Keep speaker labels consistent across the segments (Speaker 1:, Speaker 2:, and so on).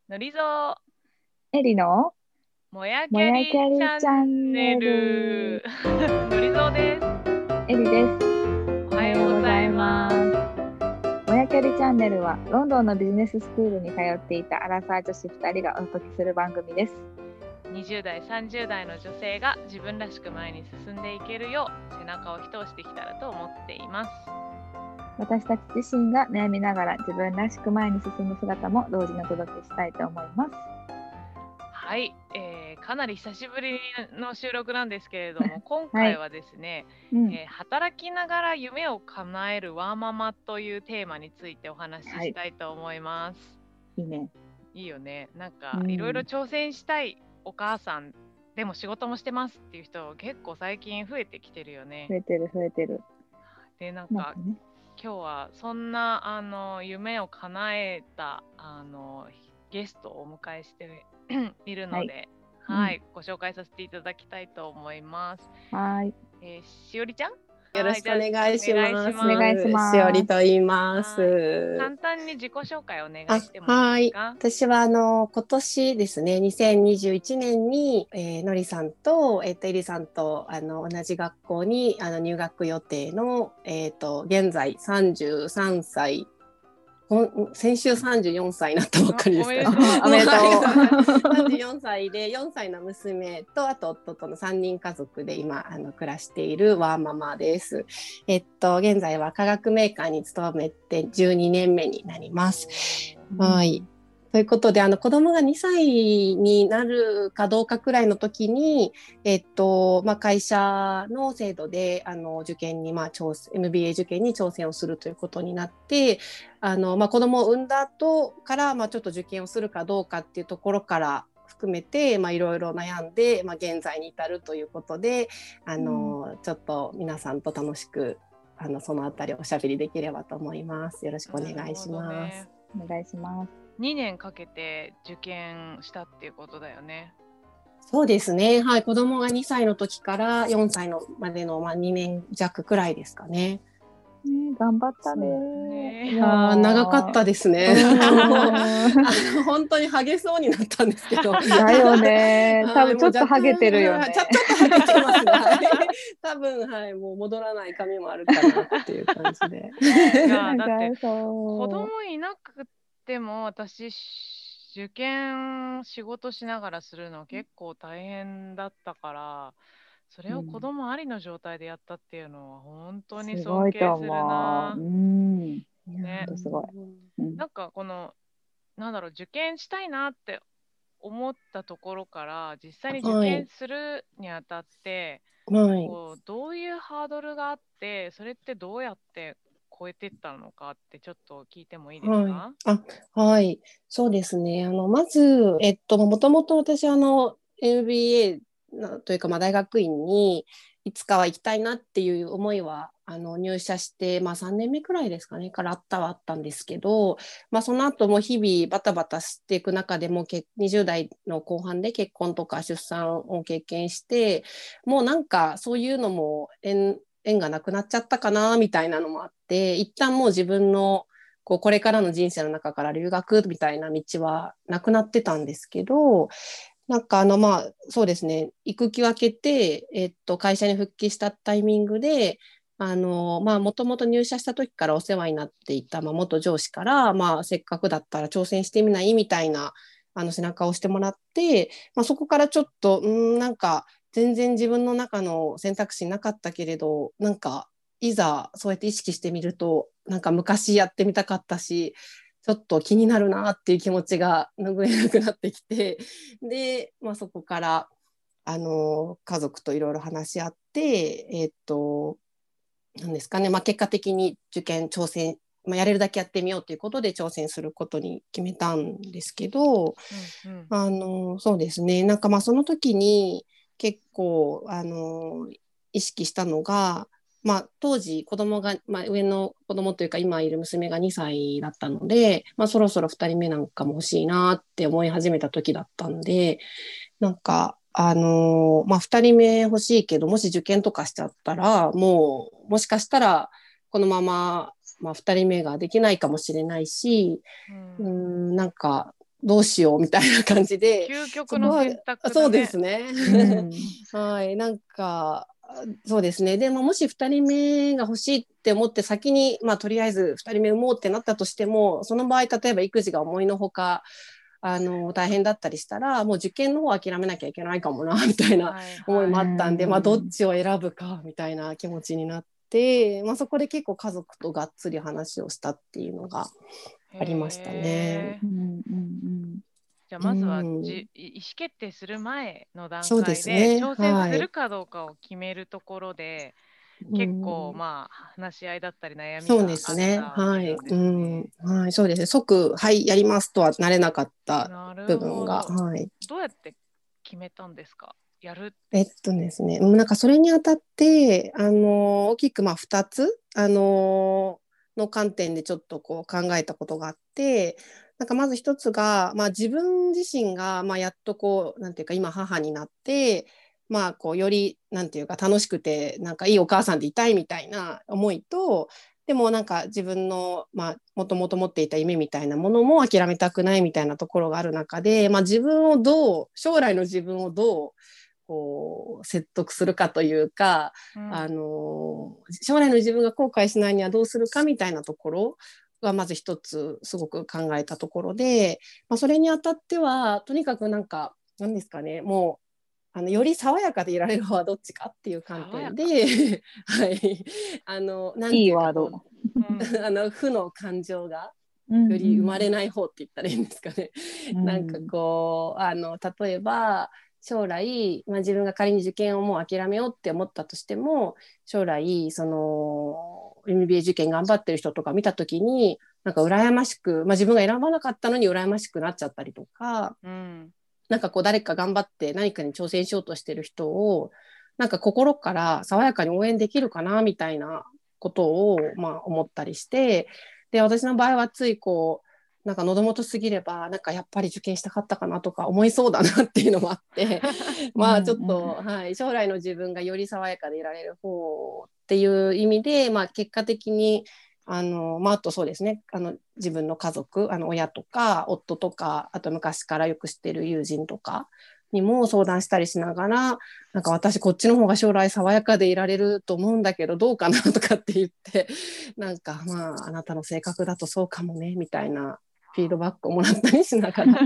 Speaker 1: のりぞ
Speaker 2: エリの
Speaker 1: もやきゃりチャンネルのりぞです。
Speaker 2: エリです。
Speaker 1: おはようございます。
Speaker 2: もやきゃりチャンネルはロンドンのビジネススクールに通っていたアラサー女子2人がお届けする番組です。
Speaker 1: 20代30代の女性が自分らしく前に進んでいけるよう背中を一押してきたらと思っています。
Speaker 2: 私たち自身が悩みながら自分らしく前に進む姿も同時にお届けしたいと思います。
Speaker 1: はい、かなり久しぶりの収録なんですけれども今回はですね、働きながら夢を叶えるワーママというテーマについてお話ししたいと思います。
Speaker 2: いいね。
Speaker 1: いいよね。なんかいろいろ挑戦したいお母さんでも仕事もしてますっていう人結構最近増えてきてるよね。
Speaker 2: 増えてる。
Speaker 1: でなんか、今日はそんな夢を叶えたゲストをお迎えしているので、ご紹介させていただきたいと思います。しおりちゃん、
Speaker 3: よろしくお願いします。
Speaker 2: お願いします。
Speaker 3: しおりと言います。
Speaker 1: 簡単に自己紹介お願いしてもいいですか？
Speaker 3: 私は今年ですね、2021年に、のりさんと、えりさんと同じ学校に入学予定の、現在33歳先週34歳になったばっかりですから
Speaker 2: おめでとう
Speaker 3: 34歳で4歳の娘とあと夫との3人家族で今暮らしているワーママです。現在は化学メーカーに勤めて12年目になります。はい。ということで子供が2歳になるかどうかくらいの時に、会社の制度で受験に、MBA 受験に挑戦をするということになって子供を産んだ後から、ちょっと受験をするかどうかっていうところから含めていろいろ悩んで、現在に至るということでちょっと皆さんと楽しくそのあたりおしゃべりできればと思います。よろしくお願いします。
Speaker 2: お願いします。
Speaker 1: 2年かけて受験したっていうことだよね。
Speaker 3: そうですね。はい。子供が2歳の時から4歳のまでの2年弱くらいですかね。
Speaker 2: 頑張ったね。
Speaker 3: いや長かったですね。本当にハゲそうになったんですけど。
Speaker 2: だよね。多分ちょっとハゲてるよね。
Speaker 3: ちょっとハゲてますね。多分もう戻らない髪もあるかなっていう感じで。
Speaker 1: いやだって子供いなくても私受験仕事しながらするの結構大変だったから。それを子供ありの状態でやったっていうのは本当に尊敬するな。
Speaker 2: ね、すごい。
Speaker 1: なんか受験したいなって思ったところから実際に受験するにあたって、どういうハードルがあってそれってどうやって超えていったのかってちょっと聞いてもいいですか？
Speaker 3: はい、そうですね。まず、もともと私MBA というか、大学院にいつかは行きたいなっていう思いは入社して、3年目くらいですかねからあったんですけど、その後も日々バタバタしていく中でも20代の後半で結婚とか出産を経験してもうなんかそういうのも縁がなくなっちゃったかなみたいなのもあって一旦もう自分のこれからの人生の中から留学みたいな道はなくなってたんですけどなんかそうですね育休明けて、会社に復帰したタイミングでもともと入社した時からお世話になっていた、元上司から、せっかくだったら挑戦してみないみたいな背中を押してもらって、そこからちょっとなんか全然自分の中の選択肢なかったけれどなんかいざそうやって意識してみるとなんか昔やってみたかったしちょっと気になるなっていう気持ちが拭えなくなってきてで、そこから家族といろいろ話し合ってなんですかね、結果的に受験挑戦、やれるだけやってみようということで挑戦することに決めたんですけど、そうですねなんかその時に結構意識したのが当時子供が、上の子供というか今いる娘が2歳だったので、そろそろ2人目なんかも欲しいなって思い始めた時だったんでなんか2人目欲しいけどもし受験とかしちゃったらもしかしたらこのまま、2人目ができないかもしれないし、なんかどうしようみたいな感じで、
Speaker 1: 究極の選択だね。
Speaker 3: そうですね、はい、なんかそうですね。でももし2人目が欲しいって思って先に、とりあえず2人目産もうってなったとしても、その場合例えば育児が思いのほか大変だったりしたら、もう受験の方は諦めなきゃいけないかもなみたいな思いもあったんで、どっちを選ぶかみたいな気持ちになって、そこで結構家族とがっつり話をしたっていうのがありましたね。
Speaker 1: じゃあまずは意思決定する前の段
Speaker 3: そうで
Speaker 1: 階で
Speaker 3: すね、
Speaker 1: 挑戦するかどうかを決めるところで、結構話し合いだったり悩みがあったわけなんですね。
Speaker 3: はい、そうですね。即はいやりますとはなれなかった部分が、はい。
Speaker 1: どうやって決めたんですか？やる
Speaker 3: ですね、なんかそれにあたって大きく2つの観点でちょっとこう考えたことがあって、なんかまず一つが、自分自身がやっとこうなんていうか今母になってこうよりなんていうか楽しくてなんかいいお母さんでいたいみたいな思いと、でもなんか自分のもともと持っていた夢みたいなものも諦めたくないみたいなところがある中で、自分を将来の自分をどうこう説得するかというか、将来の自分が後悔しないにはどうするかみたいなところがまず一つすごく考えたところで、それにあたってはとにかくなんか何ですかね、もうより爽やかでいられる方はどっちかっていう観点で、はい、なんていうかこう負の感情がより生まれない方って言ったらいいんですかね。なんかこう例えば将来、自分が仮に受験をもう諦めようって思ったとしても、将来その MBA 受験頑張ってる人とか見た時になんか羨ましく、自分が選ばなかったのに羨ましくなっちゃったりとか、なんかこう誰か頑張って何かに挑戦しようとしてる人をなんか心から爽やかに応援できるかなみたいなことを思ったりして、で私の場合はついこうなんか喉元すぎればなんかやっぱり受験したかったかなとか思いそうだなっていうのもあってちょっと、はい、将来の自分がより爽やかでいられる方っていう意味で、結果的にあとそうですね、自分の家族親とか夫とか、あと昔からよく知ってる友人とかにも相談したりしながら、なんか私こっちの方が将来爽やかでいられると思うんだけどどうかなとかって言ってなんかあなたの性格だとそうかもねみたいなフィードバックをもらったりしながら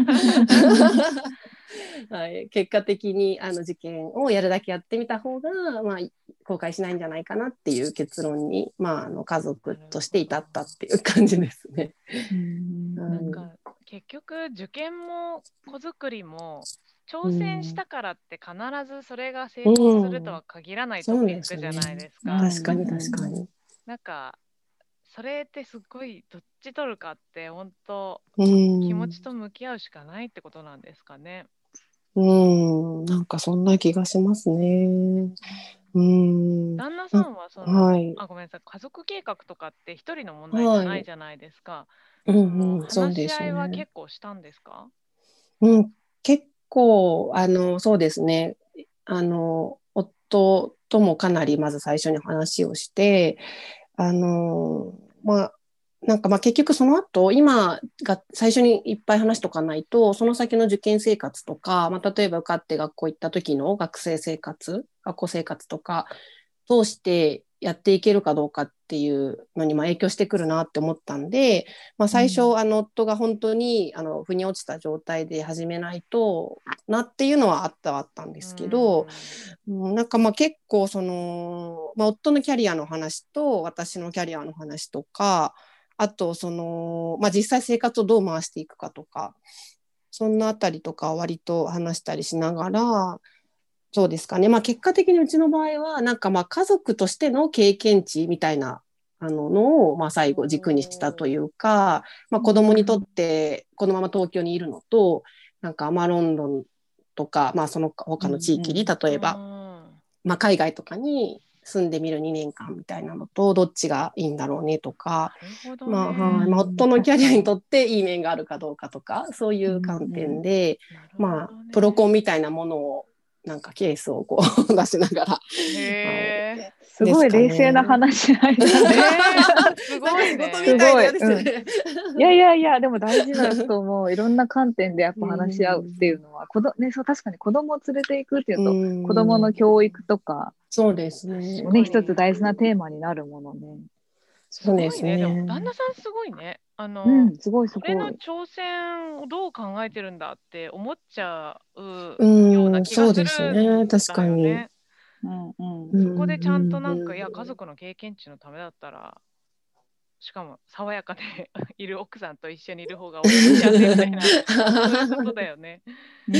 Speaker 3: はい、結果的に受験をやるだけやってみた方が、後悔しないんじゃないかなっていう結論に、家族として至ったっていう感じですね。
Speaker 1: なんか結局受験も子作りも挑戦したからって必ずそれが成功するとは限らないトピックじゃないですか。
Speaker 3: 確かに確かに。
Speaker 1: なんかそれってすごいどっち取るかって本当気持ちと向き合うしかないってことなんですかね。
Speaker 3: なんかそんな気がしますね。
Speaker 1: 旦那さんは
Speaker 3: はい、
Speaker 1: ごめんなさい、家族計画とかって一人の問題じゃないじゃないですか。話し合いは結構したんですか？
Speaker 3: 結構そうですね、夫ともかなりまず最初に話をしてなんか結局その後今が最初にいっぱい話しとかないとその先の受験生活とか、例えば受かって学校行った時の学校生活とか通してやっていけるかどうかっていうのに影響してくるなって思ったんで、最初夫が本当に腑に落ちた状態で始めないとなっていうのはあったんですけど、なんか結構その、夫のキャリアの話と私のキャリアの話とか、あとその、実際生活をどう回していくかとか、そんなあたりとか割と話したりしながら、そうですかね、結果的にうちの場合はなんか家族としての経験値みたいなのを最後軸にしたというか、子供にとってこのまま東京にいるのとなんかロンドンとか、その他の地域に例えば、海外とかに住んでみる2年間みたいなのとどっちがいいんだろうねとか、夫のキャリアにとっていい面があるかどうかとか、そういう観点で、プロコンみたいなものをなんかケースをこう出しながら、は
Speaker 1: へ
Speaker 3: い、
Speaker 2: すごい冷静な話し合いだね。
Speaker 1: すごいね。
Speaker 3: 仕事みたいで嫌ですね。
Speaker 2: いやいやいや、でも大事だと思う。いろんな観点でやっぱ話し合うっていう
Speaker 3: う
Speaker 2: のは、ね、そう、確かに子供を連れていくっていうと、子供の
Speaker 3: ん、
Speaker 2: 教育とか
Speaker 3: そうですね。
Speaker 2: もね、一つ大事なテーマになるものね。
Speaker 1: す
Speaker 3: そうです
Speaker 1: ごいね。でも、
Speaker 3: ね。
Speaker 1: 旦那さんすごいね。
Speaker 2: うん、すごいす
Speaker 1: それの
Speaker 2: ごい。
Speaker 1: 挑戦をどう考えてるんだって思っちゃうような
Speaker 3: うん、
Speaker 1: 気がす
Speaker 3: そうです
Speaker 1: るん
Speaker 3: ね。確かに。
Speaker 1: だよね。
Speaker 2: うんう
Speaker 3: う
Speaker 2: ん。
Speaker 1: そこでちゃんと
Speaker 3: ん、
Speaker 1: なんか、いや、家族の経験値のためだったら、しかも爽やかでいる奥さんと一緒にいる方が俺は幸せみたいな、そういうことだよね。
Speaker 2: うん。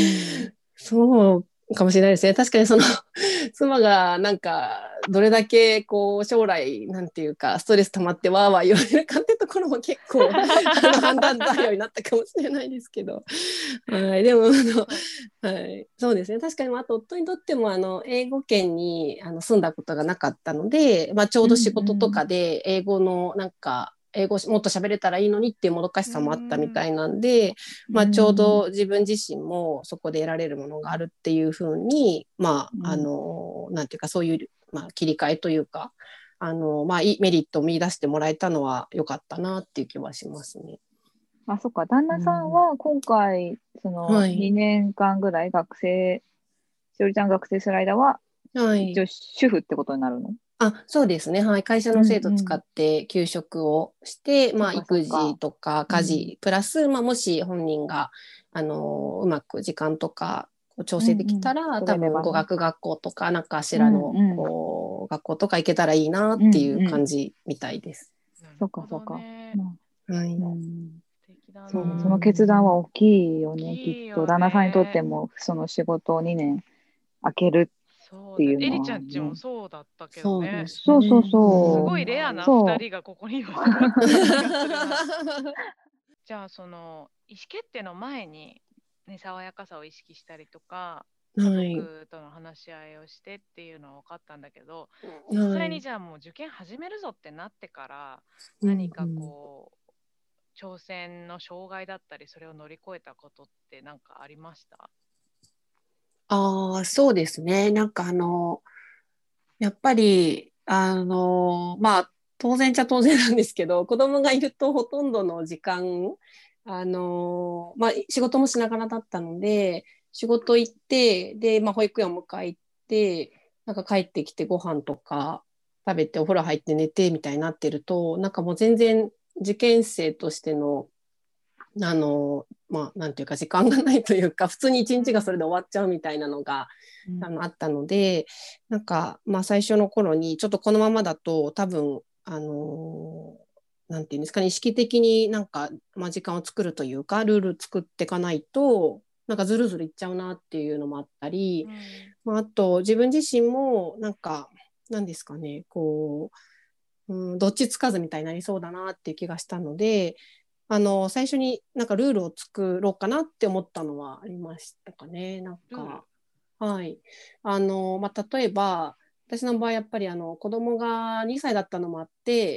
Speaker 3: そうかもしれないですね。確かにその妻がなんかどれだけこう将来なんていうかストレス溜まってわーわー言われるかっていうところも結構判断材料になったかもしれないですけど、はい、でもはい、そうですね。確かにあと夫にとっても英語圏に住んだことがなかったので、まあ、ちょうど仕事とかで英語のなんか英語もっと喋れたらいいのにっていうもどかしさもあったみたいなんで、まあ、ちょうど自分自身もそこで得られるものがあるっていうふうに、まあ、なんていうかそういう、まあ、切り替えというかまあ、メリットを見出してもらえたのは良かったなっていう気はしますね。
Speaker 2: あ、そっか。旦那さんは今回、その
Speaker 3: はい、
Speaker 2: 2年間ぐらいしおりちゃん学生する間は、
Speaker 3: はい、
Speaker 2: 一応主婦ってことになるの？
Speaker 3: あ、そうですね。はい。会社の制度使って給食をして、まあ、
Speaker 2: そっかそっ
Speaker 3: 育児
Speaker 2: か。
Speaker 3: とか
Speaker 2: うん。
Speaker 3: 家事、プラス、まあ、もし本人が、うまく時間とかこう調整できたら、多分、
Speaker 2: 取れればね。
Speaker 3: 語学学校とか、なんかしらの、
Speaker 2: うんうん。
Speaker 3: こう、学校とか行けたらいいなっ
Speaker 2: うん
Speaker 3: ていう
Speaker 2: うん。
Speaker 3: 感じみたいです。
Speaker 2: そっか
Speaker 1: なるほ
Speaker 2: そっか。
Speaker 1: どね。
Speaker 2: ま
Speaker 3: はい。
Speaker 2: あ、うん。
Speaker 1: 素敵だ
Speaker 2: そうね。
Speaker 1: な。
Speaker 2: その決断は大きいよ
Speaker 1: 大
Speaker 2: ね。きっと。
Speaker 1: きいよ
Speaker 2: 旦那さんにとって
Speaker 1: ね。
Speaker 2: も、その仕事を2年開けるって
Speaker 1: そうだ。
Speaker 2: いうの
Speaker 1: エリちゃんちも
Speaker 2: はね。
Speaker 1: そうだったけどね。
Speaker 3: そうです
Speaker 2: そうそう
Speaker 3: ね。
Speaker 1: す
Speaker 2: そう。
Speaker 1: ごいレアな2
Speaker 2: そ
Speaker 1: 人がここに今揃ってる気がするな。じゃあその意思決定の前に、ね、爽やかさを意識したりとか家
Speaker 3: はい。
Speaker 1: 族との話し合いをしてっていうのは分かったんだけど、実
Speaker 3: はい。
Speaker 1: 際にじゃあもう受験始めるぞってなってから
Speaker 3: うん
Speaker 1: 何か
Speaker 3: うん。
Speaker 1: こう挑戦の障害だったりそれを乗り越えたことって何かありました？
Speaker 3: ああ、そうですね。なんかやっぱり、まあ、当然っちゃ当然なんですけど、子供がいるとほとんどの時間、まあ、仕事もしながらだったので、仕事行って、で、まあ、保育園を迎え行って、なんか帰ってきてご飯とか食べてお風呂入って寝てみたいになってると、なんかもう全然受験生としてのまあ、なんていうか時間がないというか、普通に一日がそれで終わっちゃうみたいなのが、
Speaker 2: う。うん。
Speaker 3: あったので、なんか、まあ、最初の頃に、ちょっとこのままだと、多分、なんていうんですかね、意識的になんか、まあ、時間を作るというか、ルール作っていかないと、なんかずるずるいっちゃうなっていうのもあったり、
Speaker 1: うん、
Speaker 3: まあ、あと、自分自身も、なんか、なんですかね、こう、どっちつかずみたいになりそうだなっていう気がしたので、最初になんかルールを作ろうかなって思ったのはありましたかね。なん
Speaker 1: ルール。
Speaker 3: か、はい。まあ、例えば、私の場合、やっぱり子供が2歳だったのもあって、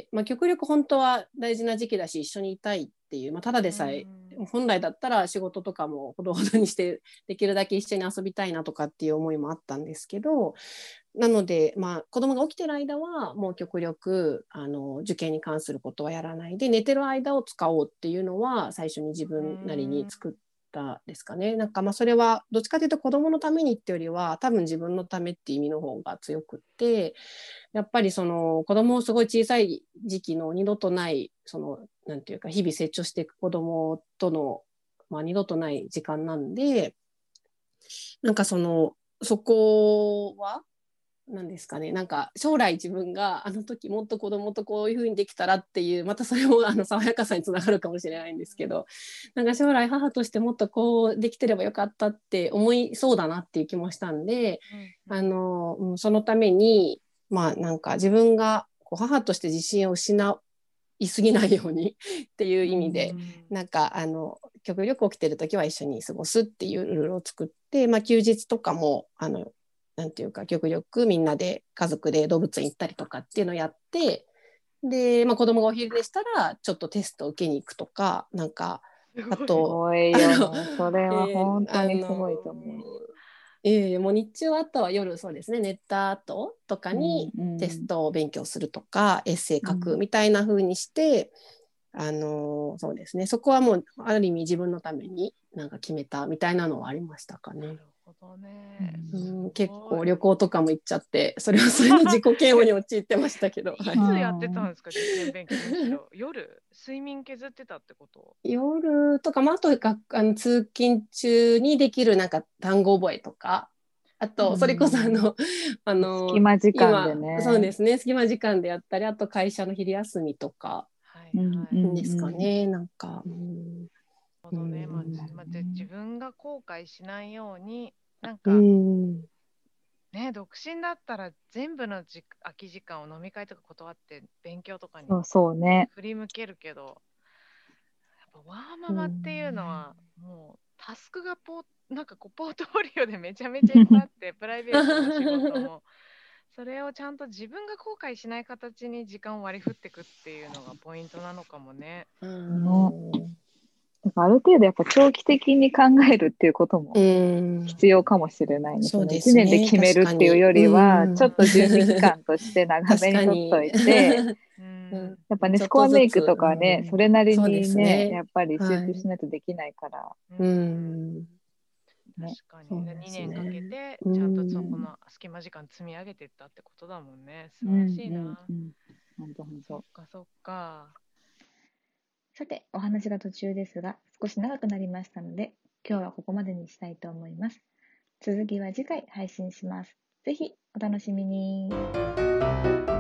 Speaker 3: まあ、極力本当は大事な時期だし、一緒にいたいっていう、まあ、ただ
Speaker 1: う
Speaker 3: でさえ、
Speaker 1: ん、
Speaker 3: 本来だったら仕事とかもほどほどにして、できるだけ一緒に遊びたいなとかっていう思いもあったんですけど、なので、まあ、子供が起きてる間は、もう極力、受験に関することはやらないで、寝てる間を使おうっていうのは、最初に自
Speaker 1: う
Speaker 3: 分なりに
Speaker 1: ん、
Speaker 3: 作ったですかね。なんか、まあ、それは、どっちかというと子供のためにってよりは、多分自分のためっていう意味の方が強くって、やっぱりその、子供をすごい小さい時期の二度とない、その、なんていうか、日々成長していく子供との、まあ、二度とない時間なんで、なんかそこは、なんですかね、なんか将来自分があの時もっと子供とこういう風にできたらっていう、またそれも爽やかさにつながるかもしれないんですけど、なんか将来母としてもっとこうできてればよかったって思いそうだなっていう気もしたんで、
Speaker 1: うん、うん、
Speaker 3: そのために、まあなんか自分がこう母として自信を失いすぎないようにっていう意味で、なんか極力起きてる時は一緒に過ごすっていうルールを作って、まあ、休日とかもなんていうか極力みんなで家族で動物園行ったりとかっていうのをやって、で、まあ、子供がお昼でしたらちょっとテストを受けに行くとか、なんか
Speaker 1: すごい。
Speaker 2: す
Speaker 3: あと
Speaker 2: ごいよね。それは
Speaker 3: えー
Speaker 2: 本当
Speaker 3: あ
Speaker 2: にすごい
Speaker 3: の
Speaker 2: と思う。
Speaker 3: もう日中はあとは夜そうですね、寝た後とかにテストを勉強するとか、エッセイ書くみたいな風にして、そうですね、そこはもうある意味自分のためになんか決めたみたいなのはありましたかね。
Speaker 1: なるほどね。
Speaker 3: 結構旅行とかも行っちゃって、それの自己嫌悪に陥ってましたけど。
Speaker 1: いつやってたんですか、受験勉強。むしろ夜、睡眠削ってたってこと？
Speaker 3: 夜とか、あと通勤中にできるなんか単語覚えとか、あとそれこそ
Speaker 2: 隙間時間でね。
Speaker 3: そうですね、隙間時間でやったり、あと会社の昼休みとかですかね、なんか。
Speaker 1: なるほどね。自分が後悔しないように、なんか、ね、独身だったら全部の空き時間を飲み会とか断って勉強とかに振り向けるけど、やっぱワーママっていうのはもうタスクがなんかこうポートフォリオでめちゃめちゃいっぱいあってプライベートも仕事もそれをちゃんと自分が後悔しない形に時間を割り振っていくっていうのがポイントなのかもね。
Speaker 2: ある程度やっぱ長期的に考えるっていうことも必要かもしれないですね。1年で決めるっていうよりは、ちょっと準備期間として長めに取っといて、やっぱね、スコアメイクとかね、それなりにね、やっぱり集中しないとできないから。
Speaker 1: 確かに、2年かけてちゃんとその隙間時間積み上げていったってことだもんね。素晴らしいな。そっかそっか。
Speaker 2: さて、お話が途中ですが、少し長くなりましたので、今日はここまでにしたいと思います。続きは次回配信します。ぜひお楽しみに。